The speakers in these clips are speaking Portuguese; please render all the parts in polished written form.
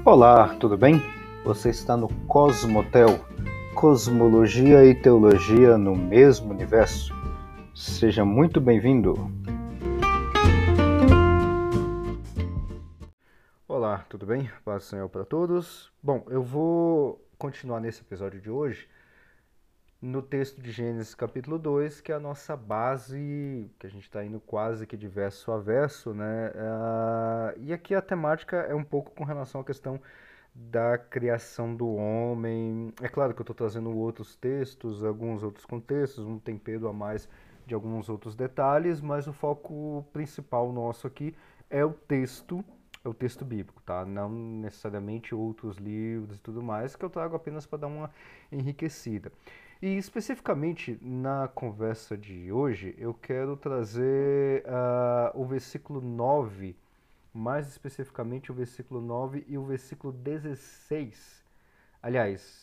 Olá, tudo bem? Você está no Cosmotel, Cosmologia e Teologia no mesmo universo. Seja muito bem-vindo. Olá, tudo bem? Paz do Senhor para todos. Bom, eu vou continuar nesse episódio de hoje no texto de Gênesis capítulo 2, que é a nossa base, que a gente está indo quase que de verso a verso, né? E aqui a temática é um pouco com relação à questão da criação do homem. É claro que eu estou trazendo outros textos, alguns outros contextos, um tempero a mais de alguns outros detalhes, mas o foco principal nosso aqui é o texto bíblico, tá? Não necessariamente outros livros e tudo mais, que eu trago apenas para dar uma enriquecida. E especificamente na conversa de hoje, eu quero trazer o versículo 9, mais especificamente o versículo 9 e o versículo 16. Aliás,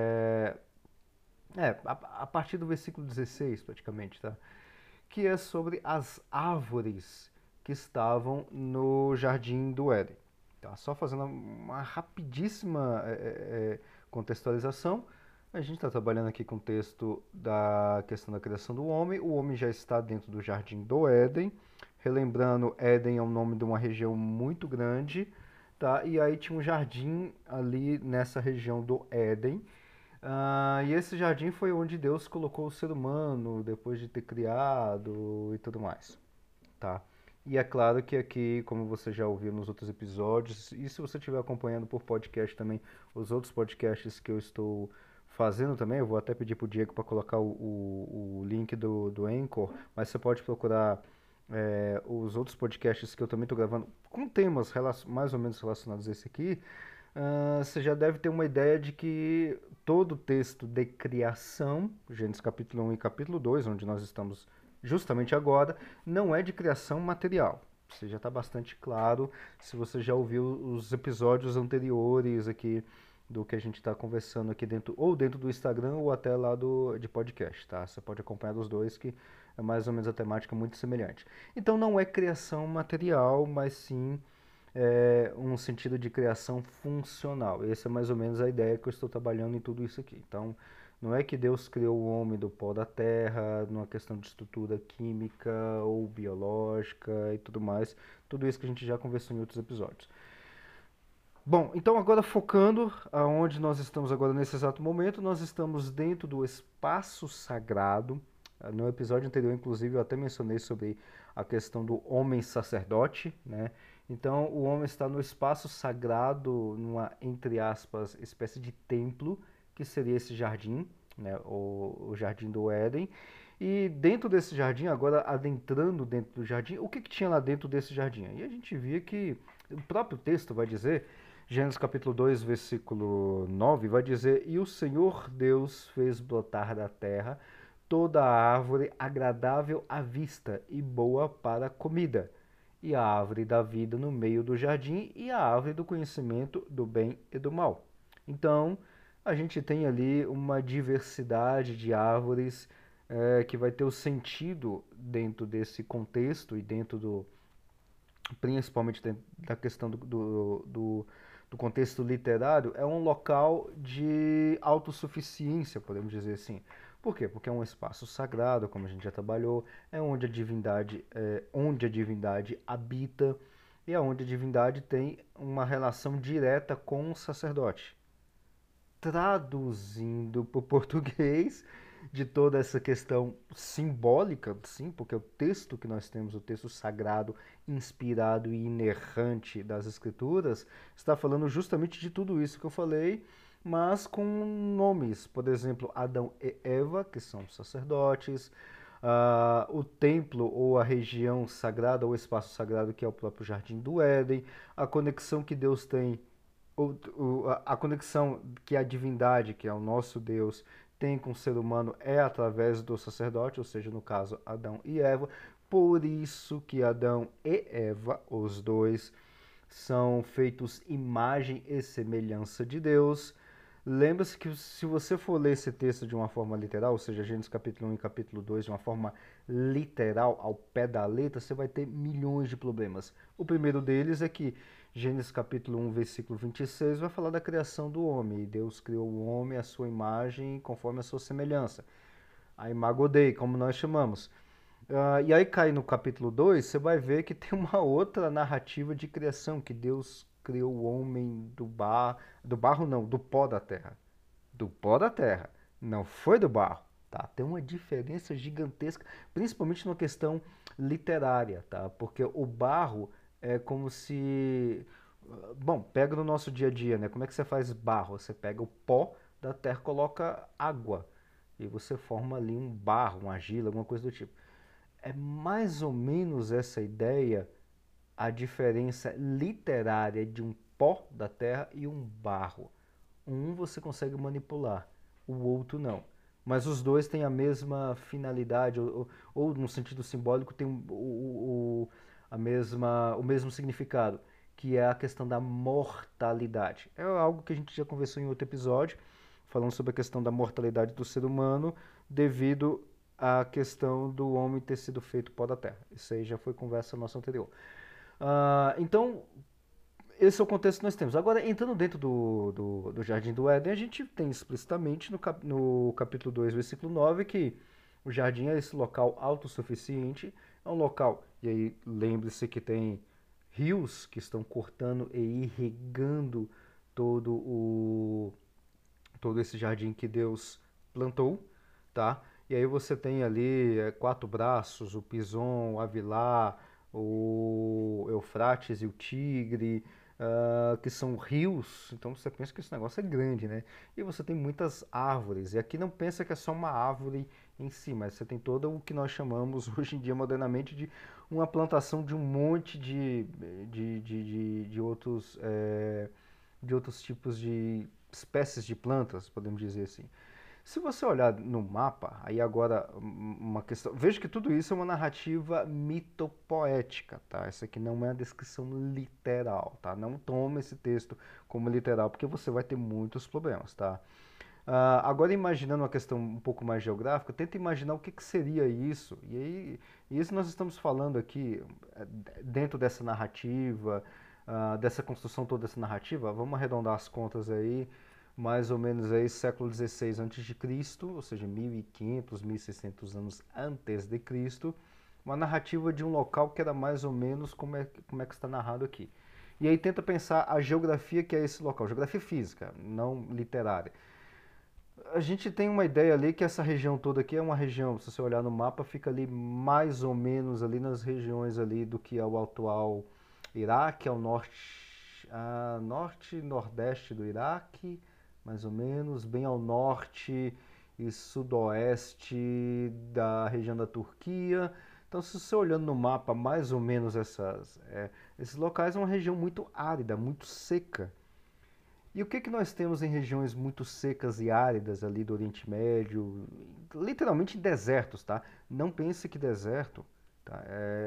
a partir do versículo 16, praticamente, tá? Que é sobre as árvores que estavam no jardim do Éden. Tá? Só fazendo uma rapidíssima contextualização, a gente está trabalhando aqui com o texto da questão da criação do homem. O homem já está dentro do jardim do Éden. Relembrando, Éden é o nome de uma região muito grande, tá? E aí tinha um jardim ali nessa região do Éden. E esse jardim foi onde Deus colocou o ser humano depois de ter criado e tudo mais, tá? E é claro que aqui, como você já ouviu nos outros episódios, e se você estiver acompanhando por podcast também, os outros podcasts que eu estou fazendo também, eu vou até pedir para o Diego para colocar o link do Anchor, mas você pode procurar os outros podcasts que eu também estou gravando com temas mais ou menos relacionados a esse aqui. Você já deve ter uma ideia de que todo o texto de criação, Gênesis capítulo 1 e capítulo 2, onde nós estamos justamente agora, não é de criação material. Isso já está bastante claro se você já ouviu os episódios anteriores aqui do que a gente está conversando aqui dentro, ou dentro do Instagram ou até lá de podcast, tá? Você pode acompanhar dos dois, que é mais ou menos a temática muito semelhante. Então não é criação material, mas sim um sentido de criação funcional. Essa é mais ou menos a ideia que eu estou trabalhando em tudo isso aqui. Então, não é que Deus criou o homem do pó da terra, numa questão de estrutura química ou biológica e tudo mais. Tudo isso que a gente já conversou em outros episódios. Bom, então agora focando aonde nós estamos agora nesse exato momento, nós estamos dentro do espaço sagrado. No episódio anterior, inclusive, eu até mencionei sobre a questão do homem sacerdote, né? Então, o homem está no espaço sagrado, numa, entre aspas, espécie de templo, que seria esse jardim, né? O jardim do Éden. E dentro desse jardim, agora adentrando dentro do jardim, o que tinha lá dentro desse jardim? E a gente via que o próprio texto vai dizer, Gênesis capítulo 2, versículo 9, vai dizer: E o Senhor Deus fez brotar da terra toda a árvore agradável à vista e boa para a comida, e a árvore da vida no meio do jardim, e a árvore do conhecimento do bem e do mal. Então, a gente tem ali uma diversidade de árvores que vai ter o sentido dentro desse contexto e principalmente dentro da questão do contexto literário, é um local de autossuficiência, podemos dizer assim. Por quê? Porque é um espaço sagrado, como a gente já trabalhou, é onde a divindade habita e é onde a divindade tem uma relação direta com o sacerdote. Traduzindo para o português, de toda essa questão simbólica, sim, porque o texto que nós temos, o texto sagrado, inspirado e inerrante das Escrituras, está falando justamente de tudo isso que eu falei, mas com nomes, por exemplo, Adão e Eva, que são sacerdotes, o templo ou a região sagrada, ou espaço sagrado, que é o próprio Jardim do Éden, a conexão que Deus tem, a conexão que a divindade, que é o nosso Deus, tem com o ser humano é através do sacerdote, ou seja, no caso, Adão e Eva. Por isso que Adão e Eva, os dois, são feitos imagem e semelhança de Deus. Lembra-se que se você for ler esse texto de uma forma literal, ou seja, Gênesis capítulo 1 e capítulo 2, de uma forma literal, ao pé da letra, você vai ter milhões de problemas. O primeiro deles é que Gênesis capítulo 1, versículo 26, vai falar da criação do homem. E Deus criou o homem à sua imagem, conforme a sua semelhança. A imago Dei, como nós chamamos. E aí cai no capítulo 2, você vai ver que tem uma outra narrativa de criação, que Deus criou o homem do barro não, do pó da terra. Do pó da terra, não foi do barro, tá? Tem uma diferença gigantesca, principalmente na questão literária, tá? Porque o barro é como se... Bom, pega no nosso dia a dia, né? Como é que você faz barro? Você pega o pó da terra, coloca água e você forma ali um barro, uma argila, alguma coisa do tipo. É mais ou menos essa ideia, a diferença literária de um pó da terra e um barro. Um você consegue manipular, o outro não. Mas os dois têm a mesma finalidade, ou no sentido simbólico, tem o mesmo significado, que é a questão da mortalidade. É algo que a gente já conversou em outro episódio, falando sobre a questão da mortalidade do ser humano devido à questão do homem ter sido feito pó da terra. Isso aí já foi conversa nossa anterior. Então, esse é o contexto que nós temos. Agora, entrando dentro do Jardim do Éden, a gente tem explicitamente no capítulo 2, versículo 9, que o jardim é esse local autossuficiente, é um local, e aí lembre-se que tem rios que estão cortando e irrigando todo o todo esse jardim que Deus plantou, tá? E aí você tem ali quatro braços, o Pison, o Avilá, o Eufrates e o Tigre, que são rios. Então você pensa que esse negócio é grande, né? E você tem muitas árvores. E aqui não pensa que é só uma árvore em si, mas você tem todo o que nós chamamos hoje em dia modernamente de uma plantação de um monte de outros tipos de espécies de plantas, podemos dizer assim. Se você olhar no mapa, aí agora uma questão. Veja que tudo isso é uma narrativa mitopoética, tá? Isso aqui não é a descrição literal, tá? Não toma esse texto como literal, porque você vai ter muitos problemas, tá? Agora, imaginando uma questão um pouco mais geográfica, tenta imaginar o que, que seria isso. E aí, isso nós estamos falando aqui, dentro dessa narrativa, dessa construção toda dessa narrativa, vamos arredondar as contas aí, mais ou menos aí século XVI a.C., ou seja, 1500, 1600 anos antes de Cristo, uma narrativa de um local que era mais ou menos como é que está narrado aqui. E aí tenta pensar a geografia que é esse local, geografia física, não literária. A gente tem uma ideia ali que essa região toda aqui é uma região, se você olhar no mapa, fica ali mais ou menos ali nas regiões ali do que é o atual Iraque, ao norte e nordeste do Iraque, mais ou menos, bem ao norte e sudoeste da região da Turquia. Então, se você olhando no mapa, mais ou menos esses locais é uma região muito árida, muito seca. E o que que nós temos em regiões muito secas e áridas ali do Oriente Médio, literalmente desertos, tá? Não pense que deserto, tá?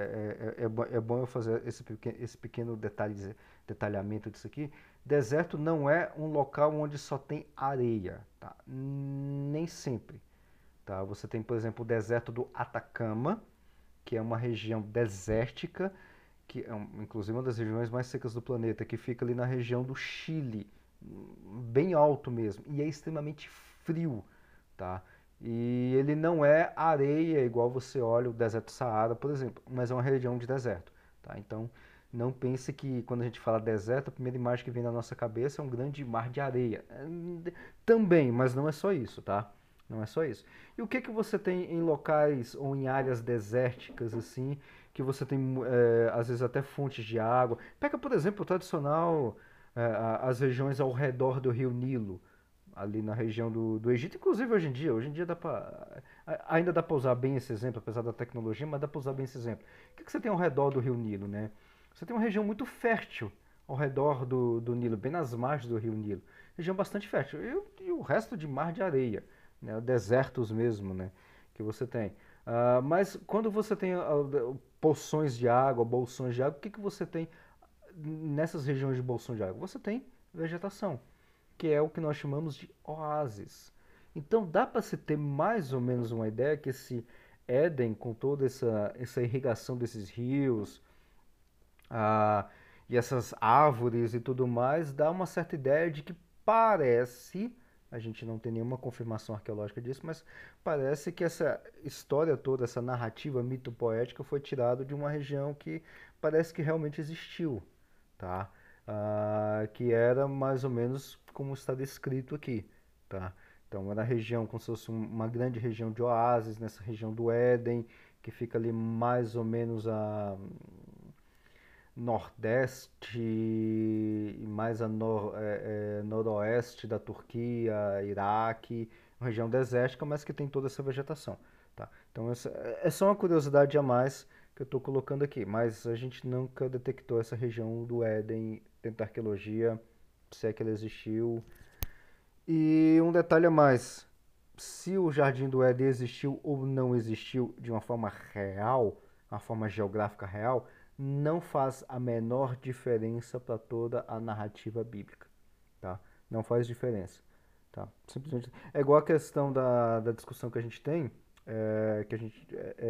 É bom eu fazer esse pequeno detalhamento disso aqui. Deserto não é um local onde só tem areia, tá? Nem sempre, tá? Você tem, por exemplo, o deserto do Atacama, que é uma região desértica, que é inclusive uma das regiões mais secas do planeta, que fica ali na região do Chile, bem alto mesmo, e é extremamente frio, tá? E ele não é areia igual você olha o deserto do Saara, por exemplo, mas é uma região de deserto, tá? Então, não pense que quando a gente fala deserto, a primeira imagem que vem na nossa cabeça é um grande mar de areia. Também, mas não é só isso, tá? Não é só isso. E o que que você tem em locais ou em áreas desérticas assim, que você tem às vezes até fontes de água? Pega, por exemplo, o tradicional as regiões ao redor do rio Nilo, ali na região do Egito, inclusive hoje em dia ainda dá para usar bem esse exemplo, apesar da tecnologia, mas dá para usar bem esse exemplo. O que que você tem ao redor do rio Nilo, né? Você tem uma região muito fértil ao redor do Nilo, bem nas margens do rio Nilo. Região bastante fértil. E o resto de mar de areia, né? Desertos mesmo, né? Que você tem. Mas quando você tem poções de água, bolsões de água, o que que você tem nessas regiões de bolsão de água? Você tem vegetação. que é o que nós chamamos de oásis. Então dá para se ter mais ou menos uma ideia que esse Éden, com toda essa irrigação desses rios, ah, e essas árvores e tudo mais, dá uma certa ideia de que parece, a gente não tem nenhuma confirmação arqueológica disso, mas parece que essa história toda, essa narrativa mito-poética foi tirada de uma região que parece que realmente existiu, tá? Que era mais ou menos como está descrito aqui, tá? Então era a região como se fosse uma grande região de oásis, nessa região do Éden, que fica ali mais ou menos a nordeste e mais noroeste da Turquia, Iraque, uma região desértica, mas que tem toda essa vegetação. Tá? Então essa é só uma curiosidade a mais que eu estou colocando aqui, mas a gente nunca detectou essa região do Éden dentro da arqueologia, se é que ela existiu. E um detalhe a mais, se o Jardim do Éden existiu ou não existiu de uma forma real, uma forma geográfica real, não faz a menor diferença para toda a narrativa bíblica, tá? Não faz diferença, tá? Simplesmente é igual a questão da discussão que a gente tem, que a gente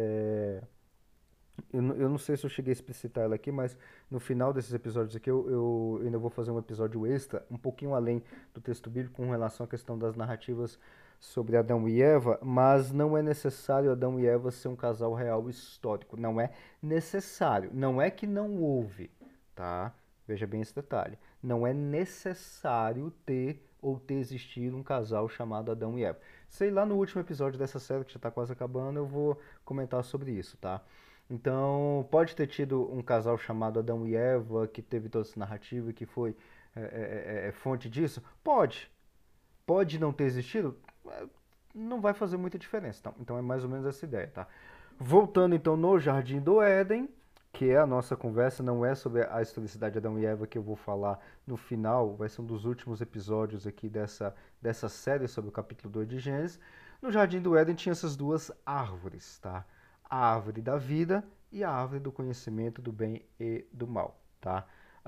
eu não sei se eu cheguei a explicitar ela aqui, mas no final desses episódios aqui eu ainda vou fazer um episódio extra, um pouquinho além do texto bíblico, com relação à questão das narrativas sobre Adão e Eva, mas não é necessário Adão e Eva ser um casal real histórico. Não é necessário. Não é que não houve, tá? Veja bem esse detalhe. Não é necessário ter ou ter existido um casal chamado Adão e Eva. Sei lá no último episódio dessa série, que já está quase acabando, eu vou comentar sobre isso, tá? Então, pode ter tido um casal chamado Adão e Eva, que teve toda essa narrativa e que foi fonte disso? Pode. Pode não ter existido? Não vai fazer muita diferença. Então é mais ou menos essa ideia, tá? Voltando então no Jardim do Éden, que é a nossa conversa, não é sobre a historicidade de Adão e Eva que eu vou falar no final, vai ser um dos últimos episódios aqui dessa série sobre o capítulo 2 de Gênesis. No Jardim do Éden tinha essas duas árvores, tá? A árvore da vida e a árvore do conhecimento do bem e do mal, tá?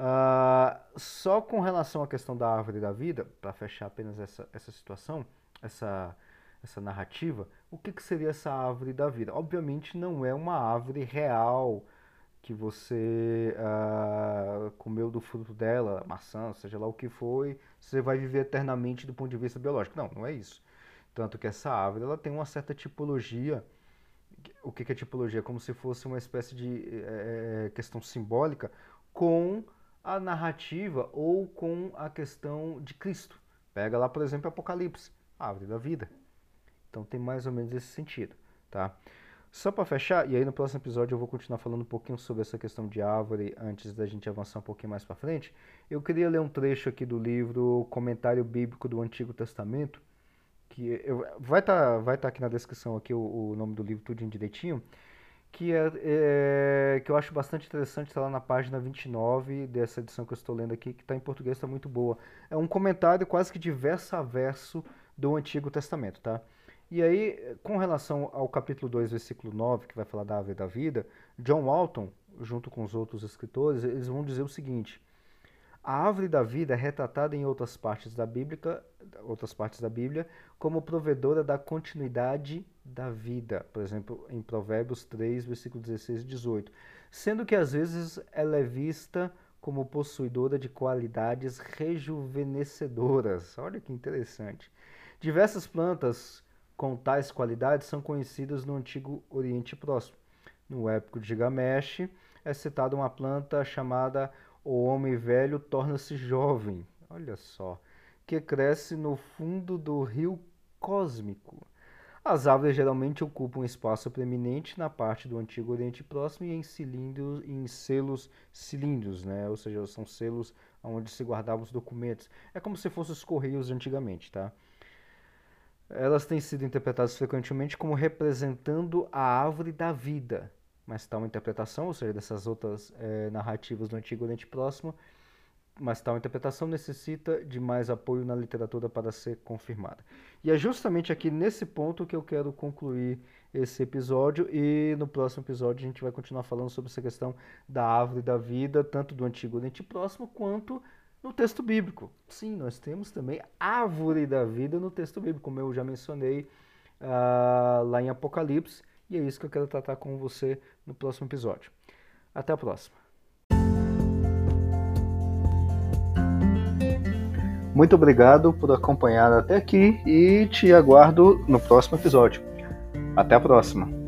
Só com relação à questão da árvore da vida, para fechar apenas essa situação, essa, essa narrativa, o que seria essa árvore da vida? Obviamente não é uma árvore real que você comeu do fruto dela, maçã, seja lá o que foi, você vai viver eternamente do ponto de vista biológico. Não, não é isso. Tanto que essa árvore ela tem uma certa tipologia. O que é tipologia? Como se fosse uma espécie de questão simbólica com a narrativa ou com a questão de Cristo. Pega lá, por exemplo, Apocalipse, a árvore da vida. Então tem mais ou menos esse sentido, tá? Só para fechar, e aí no próximo episódio eu vou continuar falando um pouquinho sobre essa questão de árvore antes da gente avançar um pouquinho mais para frente. Eu queria ler um trecho aqui do livro Comentário Bíblico do Antigo Testamento, que vai tá aqui na descrição aqui o nome do livro tudinho direitinho, que eu acho bastante interessante, está lá na página 29 dessa edição que eu estou lendo aqui, que está em português, está muito boa. É um comentário quase que de verso a verso do Antigo Testamento, tá? E aí, com relação ao capítulo 2, versículo 9, que vai falar da árvore da vida, John Walton, junto com os outros escritores, eles vão dizer o seguinte: a árvore da vida é retratada em outras partes da Bíblia como provedora da continuidade da vida, por exemplo, em Provérbios 3, versículos 16 e 18, sendo que às vezes ela é vista como possuidora de qualidades rejuvenescedoras. Olha que interessante. Diversas plantas com tais qualidades são conhecidas no Antigo Oriente Próximo. No Épico de Gilgamesh é citada uma planta chamada o homem velho torna-se jovem, olha só, que cresce no fundo do rio cósmico. As árvores geralmente ocupam um espaço preeminente na parte do Antigo Oriente Próximo e em cilindros, em selos cilíndricos, né? Ou seja, são selos onde se guardavam os documentos. É como se fossem os correios de antigamente, tá? Elas têm sido interpretadas frequentemente como representando a árvore da vida, mas tal interpretação, ou seja, dessas outras narrativas do Antigo Oriente Próximo, mas tal interpretação necessita de mais apoio na literatura para ser confirmada. E é justamente aqui nesse ponto que eu quero concluir esse episódio, e no próximo episódio a gente vai continuar falando sobre essa questão da árvore da vida, tanto do Antigo Oriente Próximo quanto no texto bíblico. Sim, nós temos também árvore da vida no texto bíblico, como eu já mencionei lá em Apocalipse, e é isso que eu quero tratar com você no próximo episódio. Até a próxima. Muito obrigado por acompanhar até aqui e te aguardo no próximo episódio. Até a próxima!